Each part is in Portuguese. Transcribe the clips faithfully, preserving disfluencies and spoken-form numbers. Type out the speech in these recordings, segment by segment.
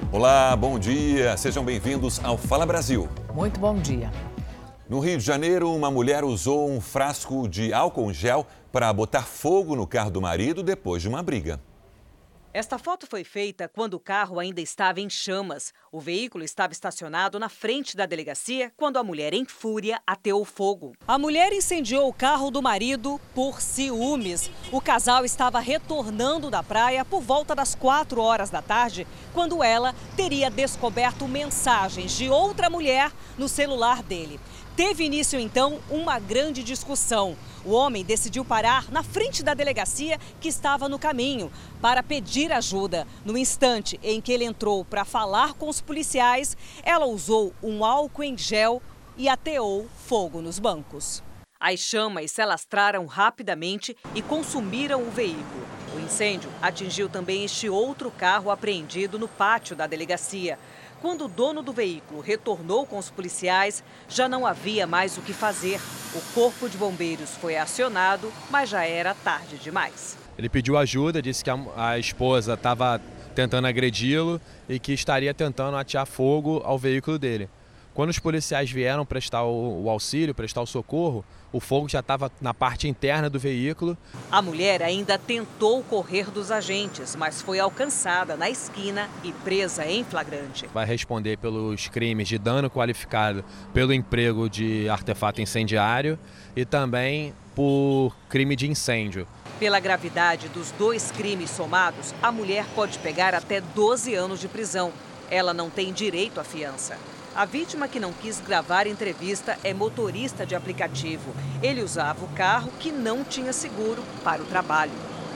Olá, bom dia. Sejam bem-vindos ao Fala Brasil. Muito bom dia. No Rio de Janeiro, uma mulher usou um frasco de álcool em gel para botar fogo no carro do marido depois de uma briga. Esta foto foi feita quando o carro ainda estava em chamas. O veículo estava estacionado na frente da delegacia quando a mulher, em fúria, ateou fogo. A mulher incendiou o carro do marido por ciúmes. O casal estava retornando da praia por volta das quatro horas da tarde, quando ela teria descoberto mensagens de outra mulher no celular dele. Teve início, então, uma grande discussão. O homem decidiu parar na frente da delegacia que estava no caminho para pedir ajuda. No instante em que ele entrou para falar com os policiais, ela usou um álcool em gel e ateou fogo nos bancos. As chamas se alastraram rapidamente e consumiram o veículo. O incêndio atingiu também este outro carro apreendido no pátio da delegacia. Quando o dono do veículo retornou com os policiais, já não havia mais o que fazer. O corpo de bombeiros foi acionado, mas já era tarde demais. Ele pediu ajuda, disse que a, a esposa estava tentando agredi-lo e que estaria tentando atear fogo ao veículo dele. Quando os policiais vieram prestar o, o auxílio, prestar o socorro, o fogo já estava na parte interna do veículo. A mulher ainda tentou correr dos agentes, mas foi alcançada na esquina e presa em flagrante. Vai responder pelos crimes de dano qualificado pelo emprego de artefato incendiário e também por crime de incêndio. Pela gravidade dos dois crimes somados, a mulher pode pegar até doze anos de prisão. Ela não tem direito à fiança. A vítima, que não quis gravar entrevista, é motorista de aplicativo. Ele usava o carro que não tinha seguro para o trabalho.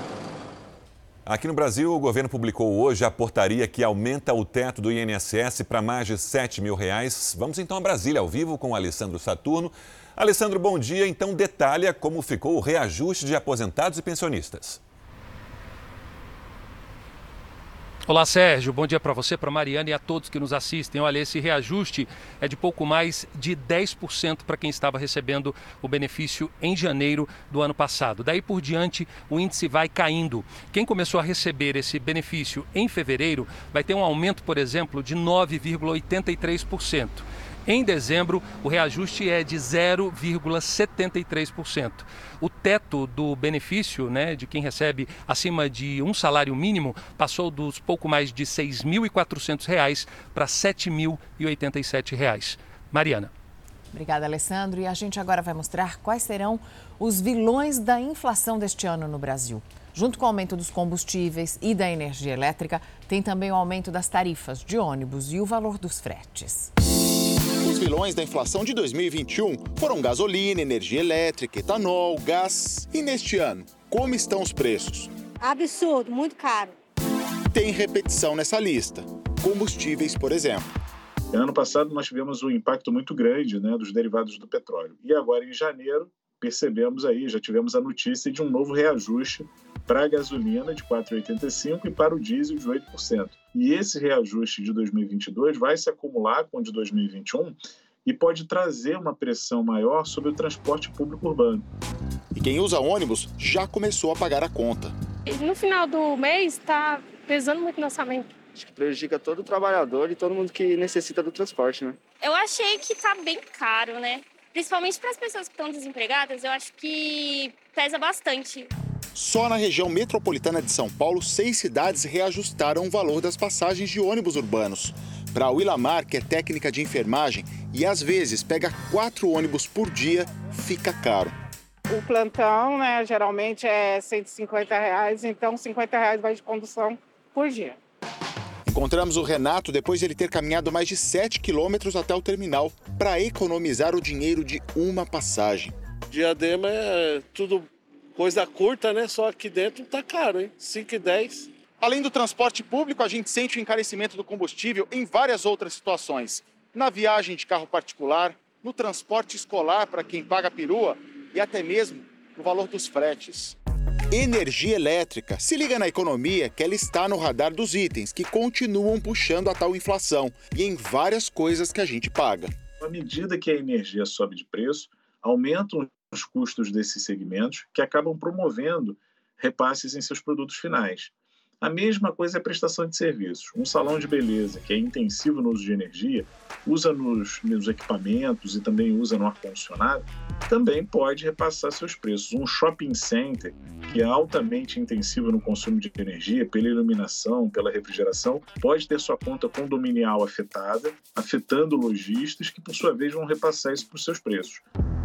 Aqui no Brasil, o governo publicou hoje a portaria que aumenta o teto do I N S S para mais de sete mil reais. Vamos então a Brasília, ao vivo, com o Alessandro Saturno. Alessandro, bom dia. Então, detalha como ficou o reajuste de aposentados e pensionistas. Olá, Sérgio. Bom dia para você, para a Mariana e a todos que nos assistem. Olha, esse reajuste é de pouco mais de dez por cento para quem estava recebendo o benefício em janeiro do ano passado. Daí por diante, o índice vai caindo. Quem começou a receber esse benefício em fevereiro vai ter um aumento, por exemplo, de nove vírgula oitenta e três por cento. Em dezembro, o reajuste é de zero vírgula setenta e três por cento. O teto do benefício, né, de quem recebe acima de um salário mínimo, passou dos pouco mais de seis mil e quatrocentos reais para sete mil e oitenta e sete reais. Mariana. Obrigada, Alessandro. E a gente agora vai mostrar quais serão os vilões da inflação deste ano no Brasil. Junto com o aumento dos combustíveis e da energia elétrica, tem também o aumento das tarifas de ônibus e o valor dos fretes. Os vilões da inflação de dois mil e vinte e um foram gasolina, energia elétrica, etanol, gás. E neste ano, como estão os preços? Absurdo, muito caro. Tem repetição nessa lista. Combustíveis, por exemplo. Ano passado nós tivemos um impacto muito grande, né, dos derivados do petróleo. E agora, em janeiro, percebemos aí, já tivemos a notícia de um novo reajuste para a gasolina de quatro vírgula oitenta e cinco por cento e para o diesel de oito por cento. E esse reajuste de dois mil e vinte e dois vai se acumular com o de dois mil e vinte e um e pode trazer uma pressão maior sobre o transporte público urbano. E quem usa ônibus já começou a pagar a conta. No final do mês está pesando muito no orçamento. Acho que prejudica todo o trabalhador e todo mundo que necessita do transporte, né? Eu achei que tá bem caro, né? Principalmente para as pessoas que estão desempregadas, eu acho que pesa bastante. Só na região metropolitana de São Paulo, seis cidades reajustaram o valor das passagens de ônibus urbanos. Para a Willamar, que é técnica de enfermagem e às vezes pega quatro ônibus por dia, fica caro. O plantão, né, geralmente é cento e cinquenta reais, então cinquenta reais vai de condução por dia. Encontramos o Renato depois de ele ter caminhado mais de sete quilômetros até o terminal para economizar o dinheiro de uma passagem. Diadema é tudo coisa curta, né? Só aqui dentro tá caro, hein? cinco e dez. Além do transporte público, a gente sente o encarecimento do combustível em várias outras situações. Na viagem de carro particular, no transporte escolar para quem paga perua e até mesmo no valor dos fretes. Energia elétrica. Se liga na economia que ela está no radar dos itens que continuam puxando a tal inflação e em várias coisas que a gente paga. À medida que a energia sobe de preço, aumentam os custos desses segmentos que acabam promovendo repasses em seus produtos finais. A mesma coisa é a prestação de serviços. Um salão de beleza que é intensivo no uso de energia, usa nos, nos equipamentos e também usa no ar-condicionado, também pode repassar seus preços. Um shopping center que é altamente intensivo no consumo de energia, pela iluminação, pela refrigeração, pode ter sua conta condominial afetada, afetando lojistas que, por sua vez, vão repassar isso para os seus preços.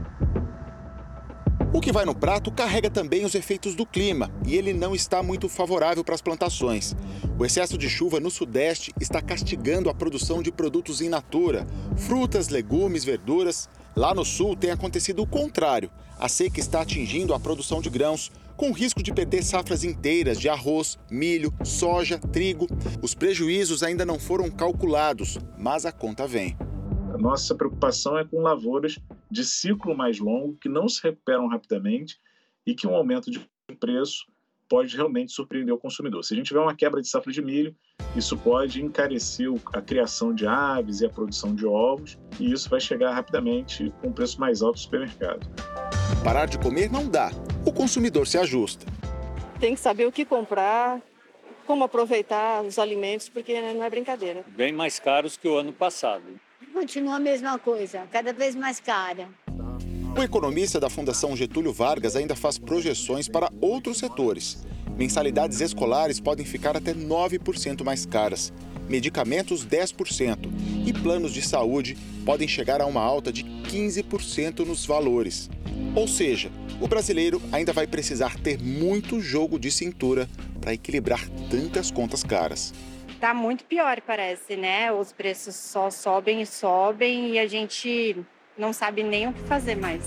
O que vai no prato carrega também os efeitos do clima e ele não está muito favorável para as plantações. O excesso de chuva no Sudeste está castigando a produção de produtos in natura, frutas, legumes, verduras. Lá no Sul tem acontecido o contrário. A seca está atingindo a produção de grãos, com risco de perder safras inteiras de arroz, milho, soja, trigo. Os prejuízos ainda não foram calculados, mas a conta vem. A nossa preocupação é com lavouras de ciclo mais longo, que não se recuperam rapidamente e que um aumento de preço pode realmente surpreender o consumidor. Se a gente tiver uma quebra de safra de milho, isso pode encarecer a criação de aves e a produção de ovos, e isso vai chegar rapidamente com um preço mais alto no supermercado. Parar de comer não dá. O consumidor se ajusta. Tem que saber o que comprar, como aproveitar os alimentos, porque não é brincadeira. Bem mais caros que o ano passado. Continua a mesma coisa, cada vez mais cara. O economista da Fundação Getúlio Vargas ainda faz projeções para outros setores. Mensalidades escolares podem ficar até nove por cento mais caras, medicamentos dez por cento e planos de saúde podem chegar a uma alta de quinze por cento nos valores. Ou seja, o brasileiro ainda vai precisar ter muito jogo de cintura para equilibrar tantas contas caras. Tá muito pior, parece, né? Os preços só sobem e sobem e a gente não sabe nem o que fazer mais.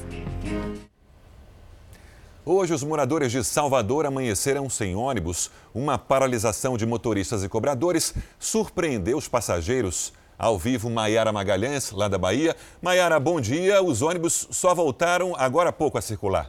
Hoje, os moradores de Salvador amanheceram sem ônibus. Uma paralisação de motoristas e cobradores surpreendeu os passageiros. Ao vivo, Maiara Magalhães, lá da Bahia. Maiara, bom dia. Os ônibus só voltaram agora há pouco a circular.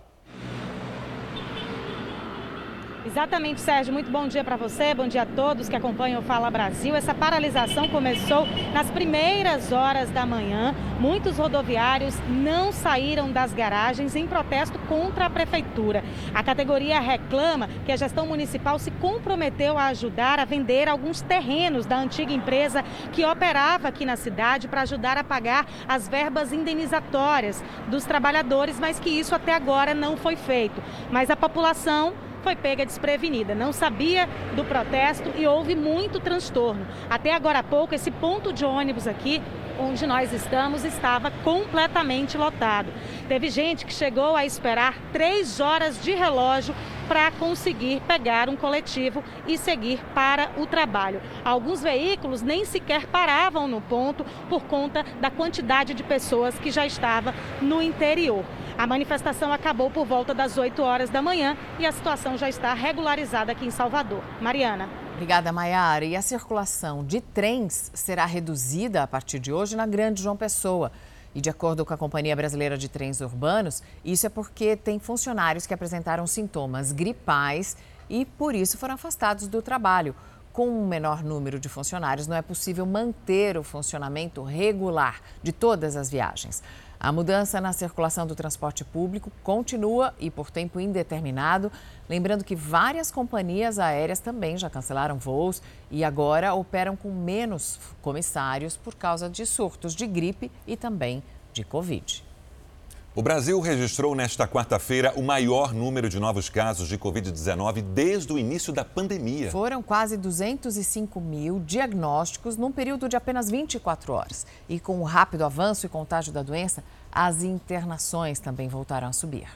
Exatamente, Sérgio. Muito bom dia para você, bom dia a todos que acompanham o Fala Brasil. Essa paralisação começou nas primeiras horas da manhã. Muitos rodoviários não saíram das garagens em protesto contra a prefeitura. A categoria reclama que a gestão municipal se comprometeu a ajudar a vender alguns terrenos da antiga empresa que operava aqui na cidade para ajudar a pagar as verbas indenizatórias dos trabalhadores, mas que isso até agora não foi feito. Mas a população foi pega desprevenida, não sabia do protesto e houve muito transtorno. Até agora há pouco, esse ponto de ônibus aqui, onde nós estamos, estava completamente lotado. Teve gente que chegou a esperar três horas de relógio para conseguir pegar um coletivo e seguir para o trabalho. Alguns veículos nem sequer paravam no ponto por conta da quantidade de pessoas que já estava no interior. A manifestação acabou por volta das oito horas da manhã e a situação já está regularizada aqui em Salvador. Mariana. Obrigada, Maiara. E a circulação de trens será reduzida a partir de hoje na Grande João Pessoa. E de acordo com a Companhia Brasileira de Trens Urbanos, isso é porque tem funcionários que apresentaram sintomas gripais e por isso foram afastados do trabalho. Com um menor número de funcionários, não é possível manter o funcionamento regular de todas as viagens. A mudança na circulação do transporte público continua e por tempo indeterminado. Lembrando que várias companhias aéreas também já cancelaram voos e agora operam com menos comissários por causa de surtos de gripe e também de Covid. O Brasil registrou nesta quarta-feira o maior número de novos casos de Covid dezenove desde o início da pandemia. Foram quase duzentos e cinco mil diagnósticos num período de apenas vinte e quatro horas. E com o rápido avanço e contágio da doença, as internações também voltaram a subir.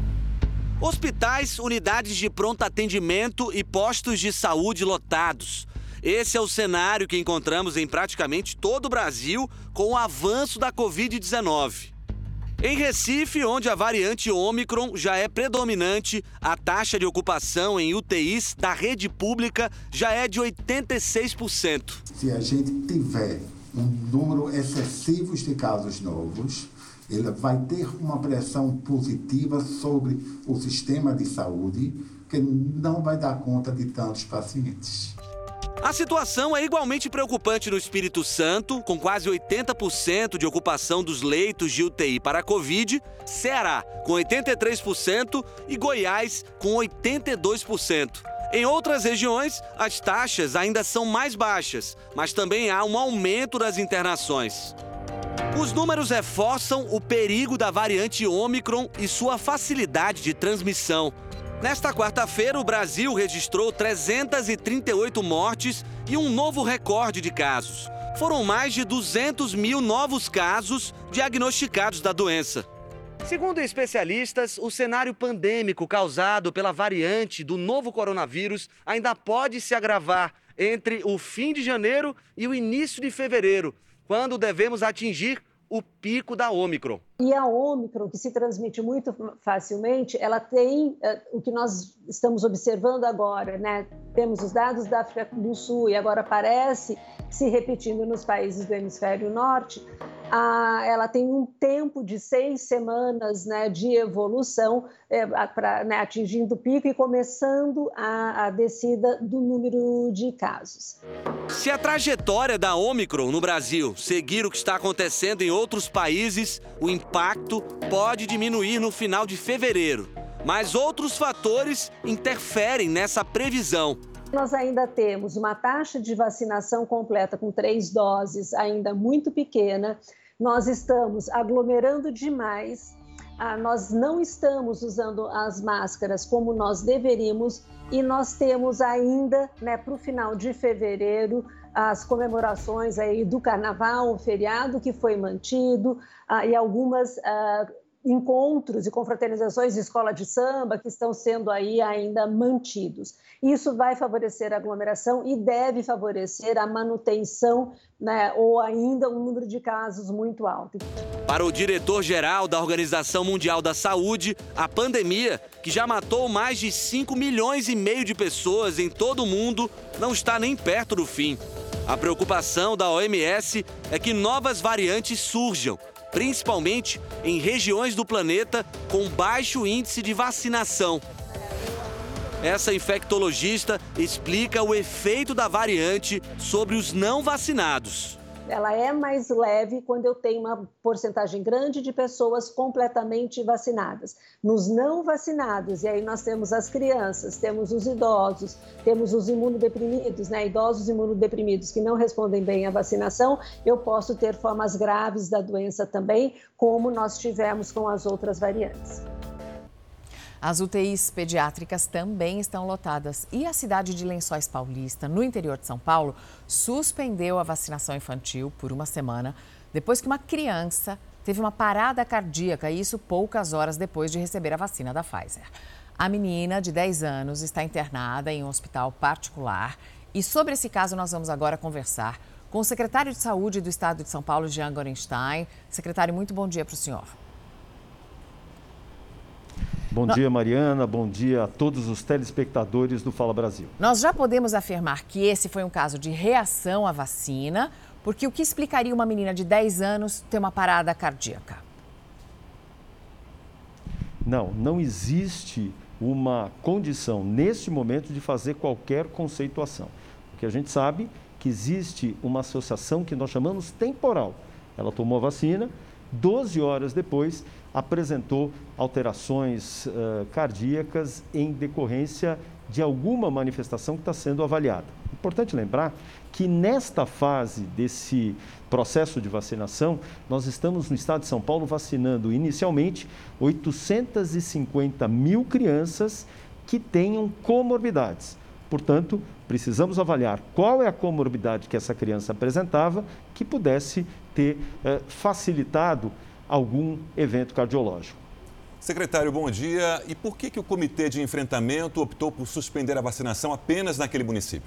Hospitais, unidades de pronto atendimento e postos de saúde lotados. Esse é o cenário que encontramos em praticamente todo o Brasil com o avanço da Covid dezenove. Em Recife, onde a variante Ômicron já é predominante, a taxa de ocupação em U T Is da rede pública já é de oitenta e seis por cento. Se a gente tiver um número excessivo de casos novos, ele vai ter uma pressão positiva sobre o sistema de saúde, que não vai dar conta de tantos pacientes. A situação é igualmente preocupante no Espírito Santo, com quase oitenta por cento de ocupação dos leitos de U T I para a Covid, Ceará com oitenta e três por cento e Goiás com oitenta e dois por cento. Em outras regiões, as taxas ainda são mais baixas, mas também há um aumento das internações. Os números reforçam o perigo da variante Ômicron e sua facilidade de transmissão. Nesta quarta-feira, o Brasil registrou trezentas e trinta e oito mortes e um novo recorde de casos. Foram mais de duzentos mil novos casos diagnosticados da doença. Segundo especialistas, o cenário pandêmico causado pela variante do novo coronavírus ainda pode se agravar entre o fim de janeiro e o início de fevereiro, quando devemos atingir o pico da Ômicron. E a Ômicron, que se transmite muito facilmente, ela tem uh, o que nós estamos observando agora, né? Temos os dados da África do Sul e agora parece se repetindo nos países do hemisfério norte. Ah, ela tem um tempo de seis semanas, né, de evolução, é, pra, né, atingindo o pico e começando a, a descida do número de casos. Se a trajetória da Ômicron no Brasil seguir o que está acontecendo em outros países, o impacto pode diminuir no final de fevereiro. Mas outros fatores interferem nessa previsão. Nós ainda temos uma taxa de vacinação completa com três doses ainda muito pequena. Nós estamos aglomerando demais, ah, nós não estamos usando as máscaras como nós deveríamos e nós temos ainda, né, para o final de fevereiro, as comemorações aí do Carnaval, o feriado que foi mantido ah, e algumas ah, encontros e confraternizações de escola de samba que estão sendo aí ainda mantidos. Isso vai favorecer a aglomeração e deve favorecer a manutenção, né, ou ainda um número de casos muito alto. Para o diretor-geral da Organização Mundial da Saúde, a pandemia, que já matou mais de cinco milhões e meio de pessoas em todo o mundo, não está nem perto do fim. A preocupação da O M S é que novas variantes surjam, principalmente em regiões do planeta com baixo índice de vacinação. Essa infectologista explica o efeito da variante sobre os não vacinados. Ela é mais leve quando eu tenho uma porcentagem grande de pessoas completamente vacinadas. Nos não vacinados, e aí nós temos as crianças, temos os idosos, temos os imunodeprimidos, né? Idosos imunodeprimidos que não respondem bem à vacinação, eu posso ter formas graves da doença também, como nós tivemos com as outras variantes. As U T Is pediátricas também estão lotadas e a cidade de Lençóis Paulista, no interior de São Paulo, suspendeu a vacinação infantil por uma semana depois que uma criança teve uma parada cardíaca, e isso poucas horas depois de receber a vacina da Pfizer. A menina, de dez anos, está internada em um hospital particular e sobre esse caso nós vamos agora conversar com o secretário de Saúde do Estado de São Paulo, Jean Gorenstein. Secretário, muito bom dia para o senhor. Bom dia, Mariana. Bom dia a todos os telespectadores do Fala Brasil. Nós já podemos afirmar que esse foi um caso de reação à vacina, porque o que explicaria uma menina de dez anos ter uma parada cardíaca? Não, não existe uma condição neste momento de fazer qualquer conceituação. O que a gente sabe é que existe uma associação que nós chamamos temporal. Ela tomou a vacina, doze horas depois apresentou alterações uh, cardíacas em decorrência de alguma manifestação que está sendo avaliada. Importante lembrar que nesta fase desse processo de vacinação, nós estamos no estado de São Paulo vacinando inicialmente oitocentas e cinquenta mil crianças que tenham comorbidades. Portanto, precisamos avaliar qual é a comorbidade que essa criança apresentava que pudesse ter uh, facilitado algum evento cardiológico. Secretário, bom dia. E por que, que o Comitê de Enfrentamento optou por suspender a vacinação apenas naquele município?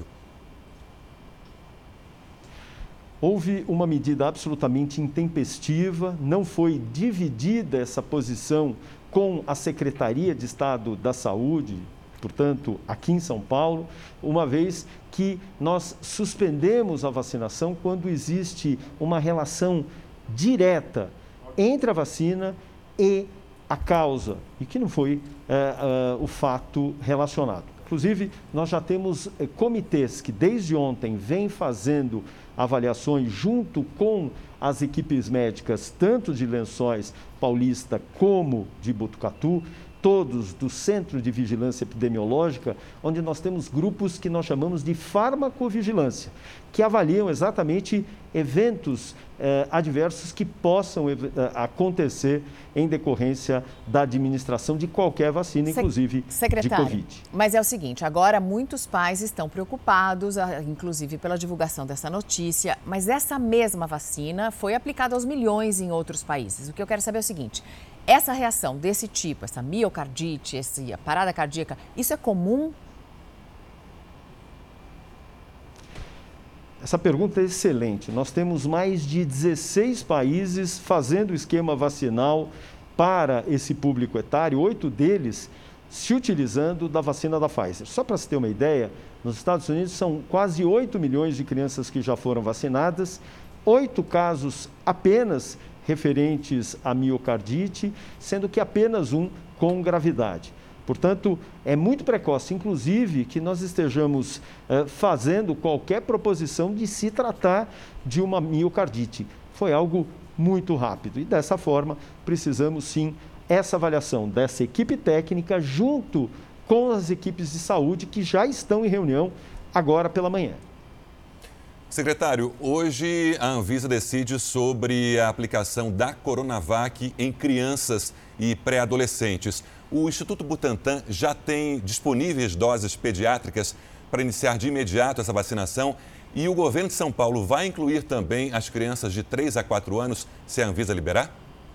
Houve uma medida absolutamente intempestiva, não foi dividida essa posição com a Secretaria de Estado da Saúde, portanto, aqui em São Paulo, uma vez que nós suspendemos a vacinação quando existe uma relação direta entre a vacina e a causa, e que não foi é, é, o fato relacionado. Inclusive, nós já temos é, comitês que desde ontem vêm fazendo avaliações junto com as equipes médicas, tanto de Lençóis Paulista como de Botucatu, todos do Centro de Vigilância Epidemiológica, onde nós temos grupos que nós chamamos de farmacovigilância, que avaliam exatamente eventos eh, adversos que possam eh, acontecer em decorrência da administração de qualquer vacina, inclusive de Covid. Mas é o seguinte, agora muitos pais estão preocupados, inclusive pela divulgação dessa notícia, mas essa mesma vacina foi aplicada aos milhões em outros países. O que eu quero saber é o seguinte, essa reação desse tipo, essa miocardite, essa parada cardíaca, isso é comum? Essa pergunta é excelente. Nós temos mais de dezesseis países fazendo o esquema vacinal para esse público etário, oito deles se utilizando da vacina da Pfizer. Só para se ter uma ideia, nos Estados Unidos são quase oito milhões de crianças que já foram vacinadas, oito casos apenas referentes à miocardite, sendo que apenas um com gravidade. Portanto, é muito precoce, inclusive, que nós estejamos eh, fazendo qualquer proposição de se tratar de uma miocardite. Foi algo muito rápido e, dessa forma, precisamos sim essa avaliação dessa equipe técnica junto com as equipes de saúde que já estão em reunião agora pela manhã. Secretário, hoje a Anvisa decide sobre a aplicação da Coronavac em crianças e pré-adolescentes. O Instituto Butantan já tem disponíveis doses pediátricas para iniciar de imediato essa vacinação e o governo de São Paulo vai incluir também as crianças de três a quatro anos, se a Anvisa liberar?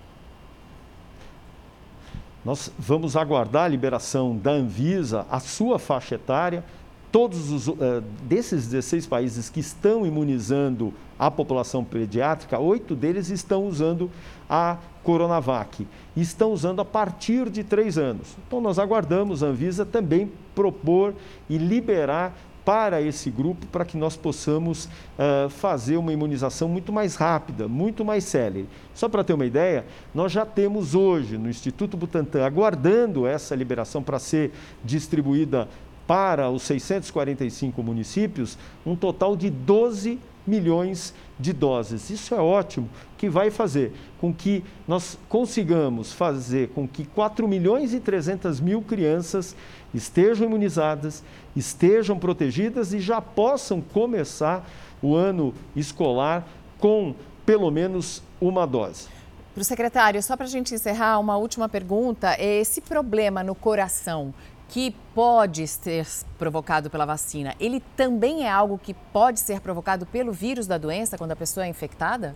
Nós vamos aguardar a liberação da Anvisa, a sua faixa etária. Todos os, uh, desses dezesseis países que estão imunizando a população pediátrica, oito deles estão usando a Coronavac. E estão usando a partir de três anos. Então, nós aguardamos a Anvisa também propor e liberar para esse grupo, para que nós possamos uh, fazer uma imunização muito mais rápida, muito mais célere. Só para ter uma ideia, nós já temos hoje no Instituto Butantan, aguardando essa liberação para ser distribuída para os seiscentos e quarenta e cinco municípios, um total de doze milhões de doses. Isso é ótimo, que vai fazer com que nós consigamos fazer com que quatro milhões e trezentas mil crianças estejam imunizadas, estejam protegidas e já possam começar o ano escolar com pelo menos uma dose. Para o secretário, só para a gente encerrar, uma última pergunta. Esse problema no coração que pode ser provocado pela vacina, ele também é algo que pode ser provocado pelo vírus da doença quando a pessoa é infectada?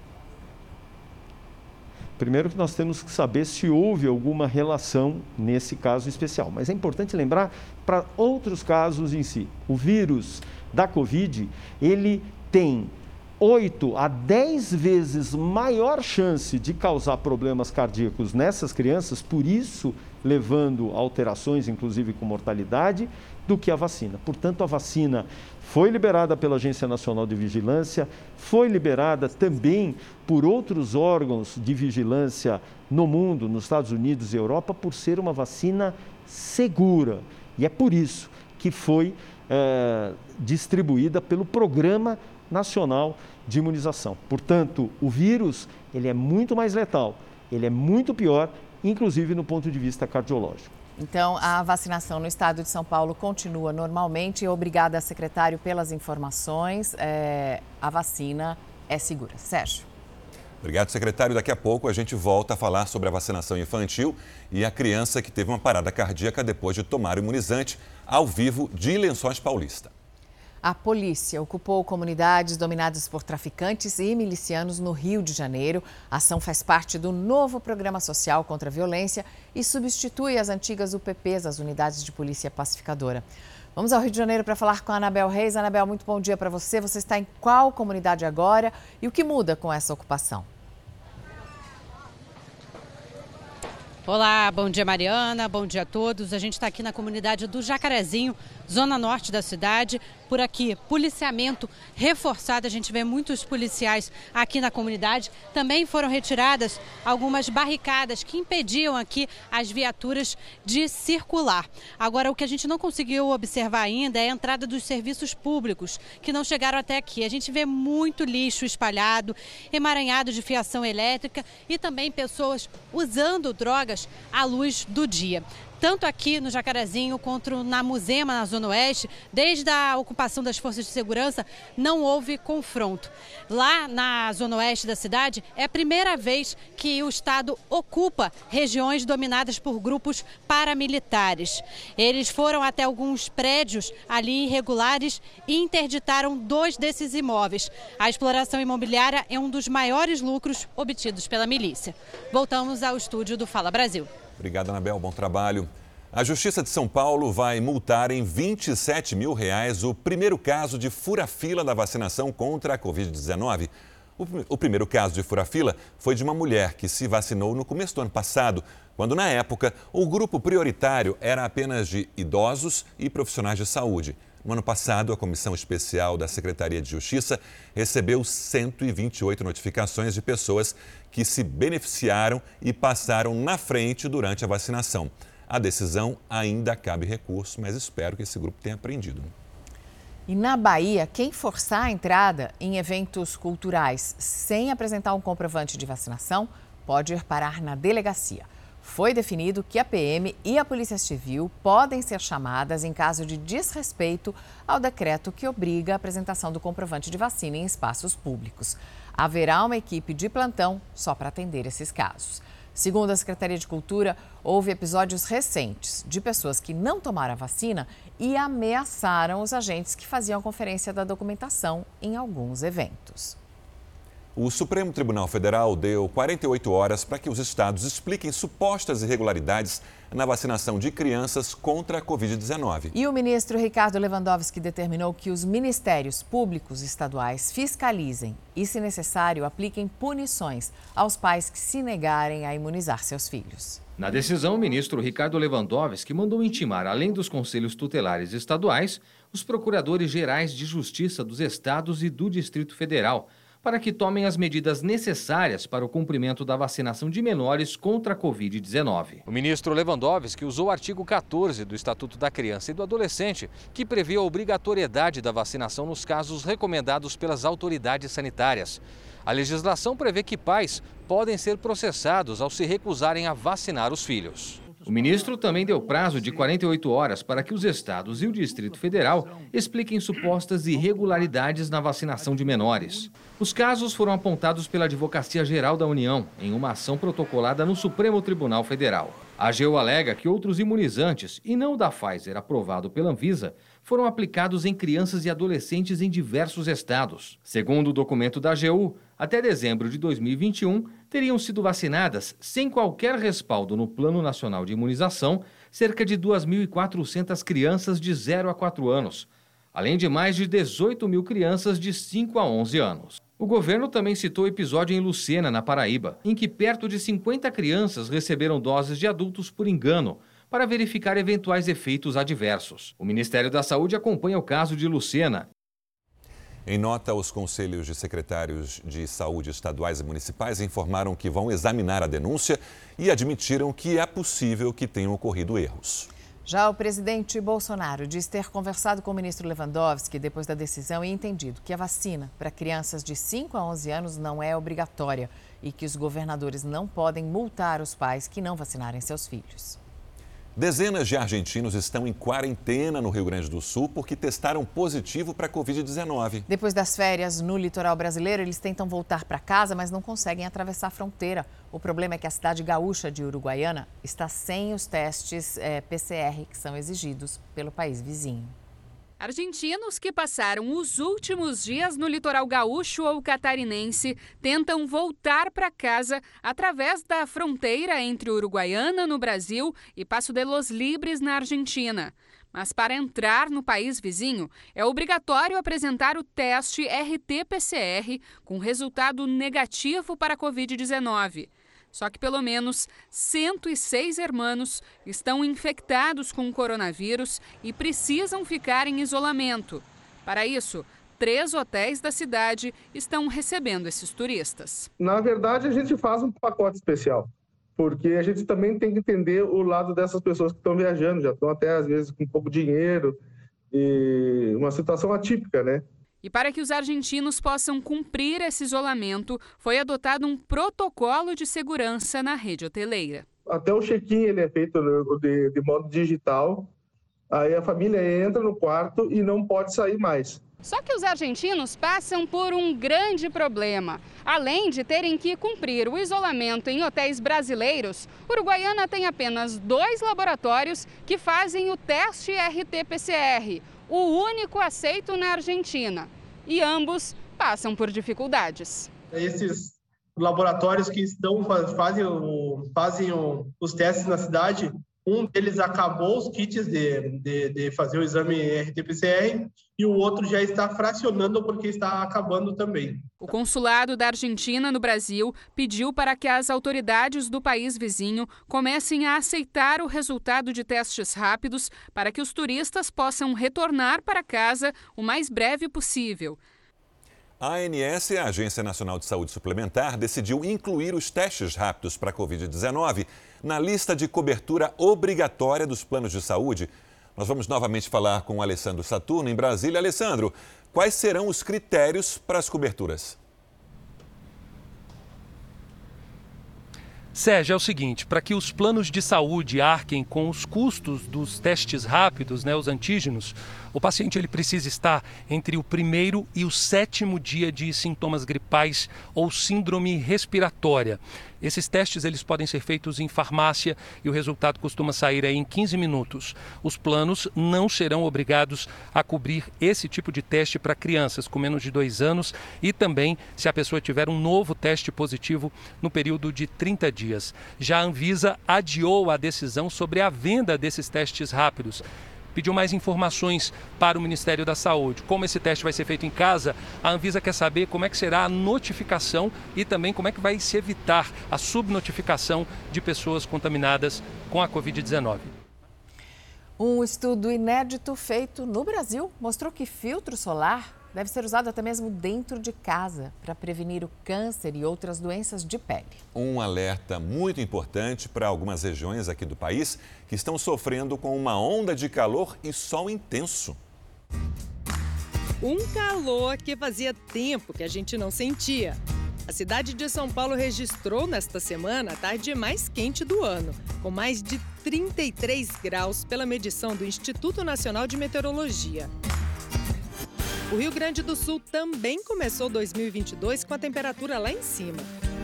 Primeiro que nós temos que saber se houve alguma relação nesse caso especial. Mas é importante lembrar para outros casos em si. O vírus da Covid, ele tem oito a dez vezes maior chance de causar problemas cardíacos nessas crianças, por isso levando alterações, inclusive com mortalidade, do que a vacina. Portanto, a vacina foi liberada pela Agência Nacional de Vigilância, foi liberada também por outros órgãos de vigilância no mundo, nos Estados Unidos e Europa, por ser uma vacina segura. E é por isso que foi é, distribuída pelo Programa Nacional de Imunização. Portanto, o vírus ele é muito mais letal, ele é muito pior, inclusive no ponto de vista cardiológico. Então, a vacinação no estado de São Paulo continua normalmente. Obrigada, secretário, pelas informações. É, a vacina é segura. Sérgio. Obrigado, secretário. Daqui a pouco a gente volta a falar sobre a vacinação infantil e a criança que teve uma parada cardíaca depois de tomar o imunizante, ao vivo de Lençóis Paulista. A polícia ocupou comunidades dominadas por traficantes e milicianos no Rio de Janeiro. A ação faz parte do novo programa social contra a violência e substitui as antigas U P Ps, as Unidades de Polícia Pacificadora. Vamos ao Rio de Janeiro para falar com a Anabel Reis. Anabel, muito bom dia para você. Você está em qual comunidade agora e o que muda com essa ocupação? Olá, bom dia Mariana, bom dia a todos. A gente está aqui na comunidade do Jacarezinho, zona norte da cidade, por aqui. Policiamento reforçado, a gente vê muitos policiais aqui na comunidade. Também foram retiradas algumas barricadas que impediam aqui as viaturas de circular. Agora, o que a gente não conseguiu observar ainda é a entrada dos serviços públicos, que não chegaram até aqui. A gente vê muito lixo espalhado, emaranhado de fiação elétrica e também pessoas usando drogas à luz do dia. Tanto aqui no Jacarezinho quanto na Muzema, na Zona Oeste, desde a ocupação das forças de segurança, não houve confronto. Lá na Zona Oeste da cidade, é a primeira vez que o Estado ocupa regiões dominadas por grupos paramilitares. Eles foram até alguns prédios ali irregulares e interditaram dois desses imóveis. A exploração imobiliária é um dos maiores lucros obtidos pela milícia. Voltamos ao estúdio do Fala Brasil. Obrigado, Anabel. Bom trabalho. A Justiça de São Paulo vai multar em vinte e sete mil reais o primeiro caso de fura-fila da vacinação contra a covid dezenove. O, o primeiro caso de fura-fila foi de uma mulher que se vacinou no começo do ano passado, quando, na época, o grupo prioritário era apenas de idosos e profissionais de saúde. No ano passado, a Comissão Especial da Secretaria de Justiça recebeu cento e vinte e oito notificações de pessoas que se beneficiaram e passaram na frente durante a vacinação. A decisão ainda cabe recurso, mas espero que esse grupo tenha aprendido. E na Bahia, quem forçar a entrada em eventos culturais sem apresentar um comprovante de vacinação pode ir parar na delegacia. Foi definido que a P M e a Polícia Civil podem ser chamadas em caso de desrespeito ao decreto que obriga a apresentação do comprovante de vacina em espaços públicos. Haverá uma equipe de plantão só para atender esses casos. Segundo a Secretaria de Cultura, houve episódios recentes de pessoas que não tomaram a vacina e ameaçaram os agentes que faziam a conferência da documentação em alguns eventos. O Supremo Tribunal Federal deu quarenta e oito horas para que os estados expliquem supostas irregularidades na vacinação de crianças contra a covid dezenove. E o ministro Ricardo Lewandowski determinou que os ministérios públicos estaduais fiscalizem e, se necessário, apliquem punições aos pais que se negarem a imunizar seus filhos. Na decisão, o ministro Ricardo Lewandowski mandou intimar, além dos conselhos tutelares estaduais, os procuradores gerais de justiça dos estados e do Distrito Federal, para que tomem as medidas necessárias para o cumprimento da vacinação de menores contra a covid dezenove. O ministro Lewandowski usou o artigo quatorze do Estatuto da Criança e do Adolescente, que prevê a obrigatoriedade da vacinação nos casos recomendados pelas autoridades sanitárias. A legislação prevê que pais podem ser processados ao se recusarem a vacinar os filhos. O ministro também deu prazo de quarenta e oito horas para que os estados e o Distrito Federal expliquem supostas irregularidades na vacinação de menores. Os casos foram apontados pela Advocacia Geral da União em uma ação protocolada no Supremo Tribunal Federal. A AGU alega que outros imunizantes, e não o da Pfizer aprovado pela Anvisa, foram aplicados em crianças e adolescentes em diversos estados. Segundo o documento da A G U, até dezembro de dois mil e vinte e um, teriam sido vacinadas, sem qualquer respaldo no Plano Nacional de Imunização, cerca de duas mil e quatrocentas crianças de zero a quatro anos, além de mais de dezoito mil crianças de cinco a onze anos. O governo também citou o episódio em Lucena, na Paraíba, em que perto de cinquenta crianças receberam doses de adultos por engano, para verificar eventuais efeitos adversos. O Ministério da Saúde acompanha o caso de Lucena. Em nota, os conselhos de secretários de saúde estaduais e municipais informaram que vão examinar a denúncia e admitiram que é possível que tenham ocorrido erros. Já o presidente Bolsonaro diz ter conversado com o ministro Lewandowski depois da decisão e entendido que a vacina para crianças de cinco a onze anos não é obrigatória e que os governadores não podem multar os pais que não vacinarem seus filhos. Dezenas de argentinos estão em quarentena no Rio Grande do Sul porque testaram positivo para a covid dezenove. Depois das férias no litoral brasileiro, eles tentam voltar para casa, mas não conseguem atravessar a fronteira. O problema é que a cidade gaúcha de Uruguaiana está sem os testes é, P C R que são exigidos pelo país vizinho. Argentinos que passaram os últimos dias no litoral gaúcho ou catarinense tentam voltar para casa através da fronteira entre Uruguaiana, no Brasil, e Paso de los Libres, na Argentina. Mas para entrar no país vizinho, é obrigatório apresentar o teste R T P C R com resultado negativo para a covid dezenove. Só que pelo menos cento e seis hermanos estão infectados com o coronavírus e precisam ficar em isolamento. Para isso, três hotéis da cidade estão recebendo esses turistas. Na verdade, a gente faz um pacote especial, porque a gente também tem que entender o lado dessas pessoas que estão viajando, já estão até às vezes com pouco dinheiro e uma situação atípica, né? E para que os argentinos possam cumprir esse isolamento, foi adotado um protocolo de segurança na rede hoteleira. Até o check-in ele é feito de, de modo digital, aí a família entra no quarto e não pode sair mais. Só que os argentinos passam por um grande problema. Além de terem que cumprir o isolamento em hotéis brasileiros, Uruguaiana tem apenas dois laboratórios que fazem o teste R T P C R, o único aceito na Argentina. E ambos passam por dificuldades. Esses laboratórios que estão, fazem, o, fazem o, os testes na cidade, um deles acabou os kits de, de, de fazer o exame R T P C R e o outro já está fracionando porque está acabando também. O consulado da Argentina no Brasil pediu para que as autoridades do país vizinho comecem a aceitar o resultado de testes rápidos para que os turistas possam retornar para casa o mais breve possível. A ANS, a Agência Nacional de Saúde Suplementar, decidiu incluir os testes rápidos para a covid dezenove na lista de cobertura obrigatória dos planos de saúde. Nós vamos novamente falar com o Alessandro Saturno, em Brasília. Alessandro, quais serão os critérios para as coberturas? Sérgio, é o seguinte, para que os planos de saúde arquem com os custos dos testes rápidos, né, os antígenos, o paciente ele precisa estar entre o primeiro e o sétimo dia de sintomas gripais ou síndrome respiratória. Esses testes eles podem ser feitos em farmácia e o resultado costuma sair aí em quinze minutos. Os planos não serão obrigados a cobrir esse tipo de teste para crianças com menos de dois anos e também se a pessoa tiver um novo teste positivo no período de trinta dias. Já a Anvisa adiou a decisão sobre a venda desses testes rápidos. Pediu mais informações para o Ministério da Saúde. Como esse teste vai ser feito em casa, a Anvisa quer saber como é que será a notificação e também como é que vai se evitar a subnotificação de pessoas contaminadas com a covid dezenove. Um estudo inédito feito no Brasil mostrou que filtro solar deve ser usado até mesmo dentro de casa para prevenir o câncer e outras doenças de pele. Um alerta muito importante para algumas regiões aqui do país que estão sofrendo com uma onda de calor e sol intenso. Um calor que fazia tempo que a gente não sentia. A cidade de São Paulo registrou nesta semana a tarde mais quente do ano, com mais de trinta e três graus pela medição do Instituto Nacional de Meteorologia. O Rio Grande do Sul também começou dois mil e vinte e dois com a temperatura lá em cima.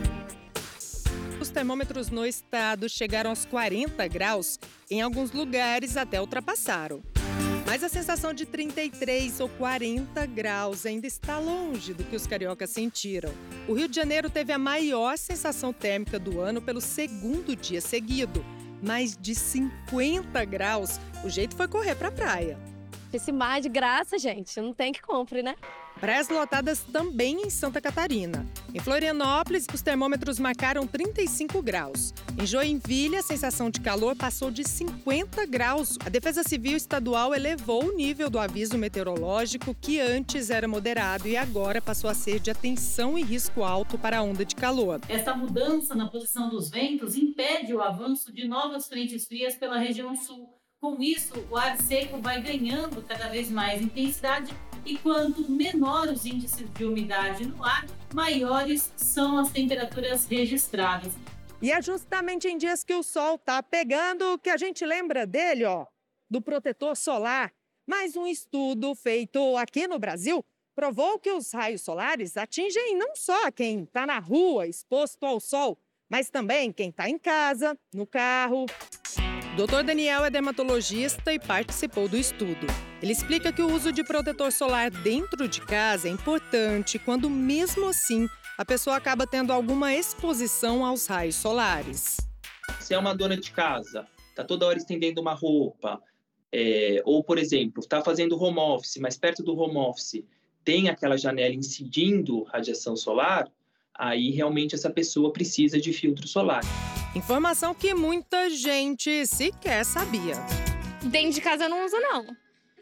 Os termômetros no estado chegaram aos quarenta graus, em alguns lugares até ultrapassaram. Mas a sensação de trinta e três ou quarenta graus ainda está longe do que os cariocas sentiram. O Rio de Janeiro teve a maior sensação térmica do ano pelo segundo dia seguido. Mais de cinquenta graus, o jeito foi correr para a praia. Esse mar de graça, gente, não tem que compre, né? Praias lotadas também em Santa Catarina. Em Florianópolis, os termômetros marcaram trinta e cinco graus. Em Joinville, a sensação de calor passou de cinquenta graus. A Defesa Civil Estadual elevou o nível do aviso meteorológico, que antes era moderado e agora passou a ser de atenção e risco alto para a onda de calor. Essa mudança na posição dos ventos impede o avanço de novas frentes frias pela região sul. Com isso, o ar seco vai ganhando cada vez mais intensidade e quanto menor os índices de umidade no ar, maiores são as temperaturas registradas. E é justamente em dias que o sol está pegando que a gente lembra dele, ó, do protetor solar. Mais um estudo feito aqui no Brasil provou que os raios solares atingem não só quem está na rua exposto ao sol, mas também quem está em casa, no carro. O doutor Daniel é dermatologista e participou do estudo. Ele explica que o uso de protetor solar dentro de casa é importante quando, mesmo assim, a pessoa acaba tendo alguma exposição aos raios solares. Se é uma dona de casa, está toda hora estendendo uma roupa, é, ou, por exemplo, está fazendo home office, mas perto do home office tem aquela janela incidindo radiação solar, aí realmente essa pessoa precisa de filtro solar. Informação que muita gente sequer sabia. Dentro de casa eu não uso, não.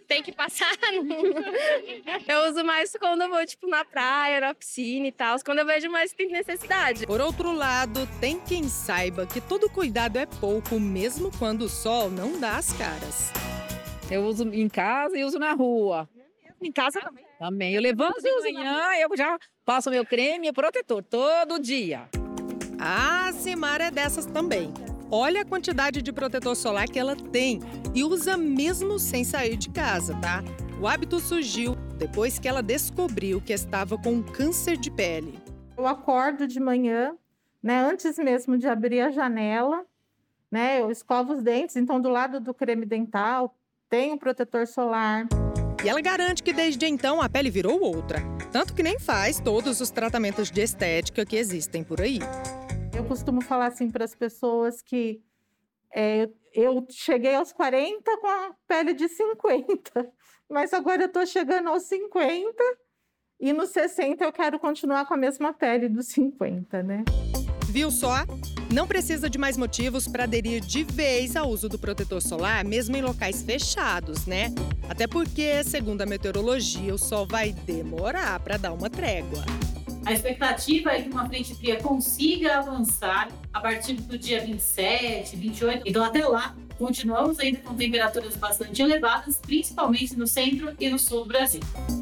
tem que passar. Eu uso mais quando eu vou, tipo, na praia, na piscina e tal, quando eu vejo mais que tem necessidade. Por outro lado, tem quem saiba que todo cuidado é pouco, mesmo quando o sol não dá as caras. Eu uso em casa e uso na rua. Em casa também? Também. Eu levanto de manhã, eu já passo meu creme protetor todo dia. A Simara é dessas também. Olha a quantidade de protetor solar que ela tem e usa mesmo sem sair de casa, tá? O hábito surgiu depois que ela descobriu que estava com câncer de pele. Eu acordo de manhã, né, antes mesmo de abrir a janela, né, eu escovo os dentes, então do lado do creme dental tem o protetor solar. E ela garante que desde então a pele virou outra, tanto que nem faz todos os tratamentos de estética que existem por aí. Eu costumo falar assim para as pessoas que é, eu cheguei aos quarenta com a pele de cinquenta, mas agora eu estou chegando aos cinquenta e nos sessenta eu quero continuar com a mesma pele dos cinquenta, né? Viu só? Não precisa de mais motivos para aderir de vez ao uso do protetor solar, mesmo em locais fechados, né? Até porque, segundo a meteorologia, o sol vai demorar para dar uma trégua. A expectativa é que uma frente fria consiga avançar a partir do dia vinte e sete, vinte e oito. Então, até lá, continuamos ainda com temperaturas bastante elevadas, principalmente no centro e no sul do Brasil.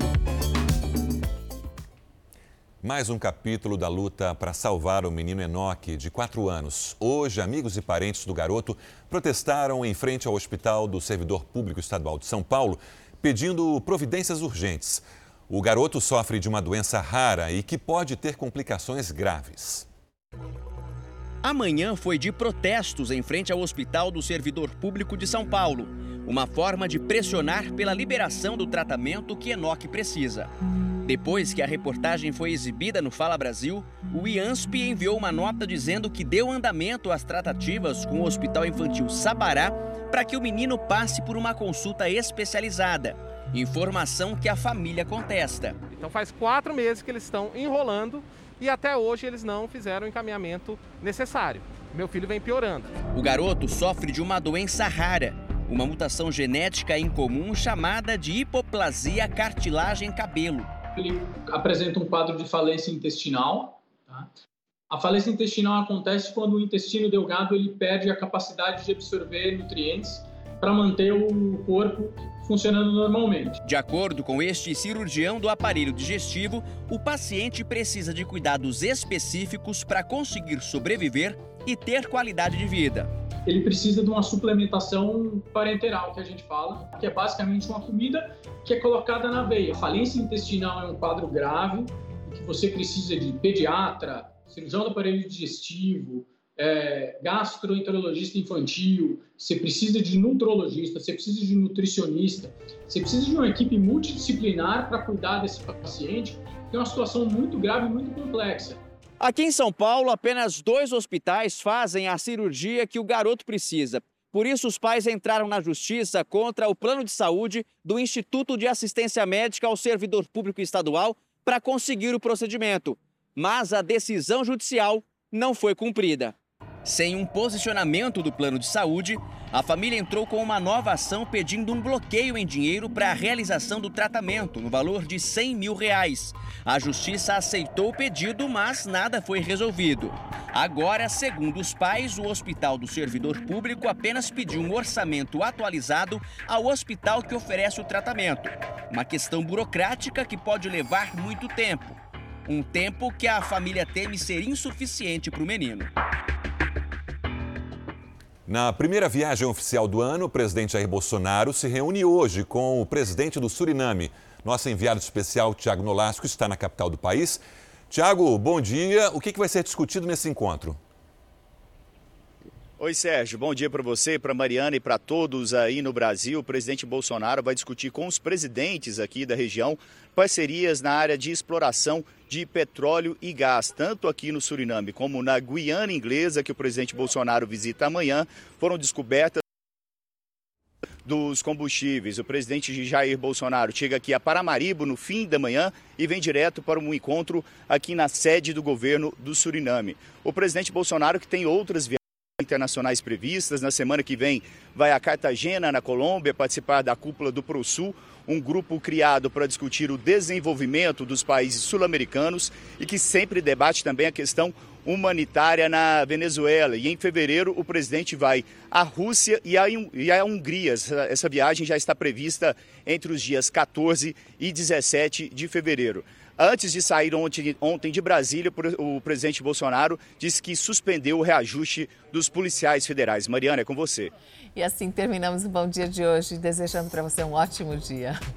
Mais um capítulo da luta para salvar o menino Enoque, de quatro anos. Hoje, amigos e parentes do garoto protestaram em frente ao Hospital do Servidor Público Estadual de São Paulo, pedindo providências urgentes. O garoto sofre de uma doença rara e que pode ter complicações graves. Amanhã foi de protestos em frente ao Hospital do Servidor Público de São Paulo. Uma forma de pressionar pela liberação do tratamento que Enoque precisa. Depois que a reportagem foi exibida no Fala Brasil, o IANSP enviou uma nota dizendo que deu andamento às tratativas com o Hospital Infantil Sabará para que o menino passe por uma consulta especializada. Informação que a família contesta. Então faz quatro meses que eles estão enrolando e até hoje eles não fizeram o encaminhamento necessário. Meu filho vem piorando. O garoto sofre de uma doença rara, uma mutação genética incomum chamada de hipoplasia cartilagem-cabelo. Ele apresenta um quadro de falência intestinal. Tá? A falência intestinal acontece quando o intestino delgado ele perde a capacidade de absorver nutrientes para manter o corpo funcionando normalmente. De acordo com este cirurgião do aparelho digestivo, o paciente precisa de cuidados específicos para conseguir sobreviver e ter qualidade de vida. Ele precisa de uma suplementação parenteral, que a gente fala, que é basicamente uma comida que é colocada na veia. A falência intestinal é um quadro grave, que você precisa de pediatra, cirurgião do aparelho digestivo, É, gastroenterologista infantil, você precisa de nutrologista, você precisa de nutricionista, você precisa de uma equipe multidisciplinar para cuidar desse paciente, que é uma situação muito grave e muito complexa. Aqui em São Paulo, apenas dois hospitais fazem a cirurgia que o garoto precisa. Por isso, os pais entraram na justiça contra o plano de saúde do Instituto de Assistência Médica ao Servidor Público Estadual para conseguir o procedimento. Mas a decisão judicial não foi cumprida. Sem um posicionamento do plano de saúde, a família entrou com uma nova ação pedindo um bloqueio em dinheiro para a realização do tratamento, no valor de cem mil reais. A justiça aceitou o pedido, mas nada foi resolvido. Agora, segundo os pais, o Hospital do Servidor Público apenas pediu um orçamento atualizado ao hospital que oferece o tratamento. Uma questão burocrática que pode levar muito tempo. Um tempo que a família teme ser insuficiente para o menino. Na primeira viagem oficial do ano, o presidente Jair Bolsonaro se reúne hoje com o presidente do Suriname. Nosso enviado especial, Tiago Nolasco, está na capital do país. Tiago, bom dia. O que vai ser discutido nesse encontro? Oi, Sérgio. Bom dia para você, para Mariana e para todos aí no Brasil. O presidente Bolsonaro vai discutir com os presidentes aqui da região parcerias na área de exploração de petróleo e gás, tanto aqui no Suriname como na Guiana Inglesa, que o presidente Bolsonaro visita amanhã. Foram descobertas dos combustíveis. O presidente Jair Bolsonaro chega aqui a Paramaribo no fim da manhã e vem direto para um encontro aqui na sede do governo do Suriname. O presidente Bolsonaro, que tem outras viagens internacionais previstas. Na semana que vem vai a Cartagena, na Colômbia, participar da cúpula do ProSul, um grupo criado para discutir o desenvolvimento dos países sul-americanos e que sempre debate também a questão humanitária na Venezuela. E em fevereiro o presidente vai à Rússia e à Hungria. Essa viagem já está prevista entre os dias quatorze e dezessete de fevereiro. Antes de sair ontem, ontem de Brasília, o presidente Bolsonaro disse que suspendeu o reajuste dos policiais federais. Mariana, é com você. E assim terminamos o Bom Dia de hoje, desejando para você um ótimo dia.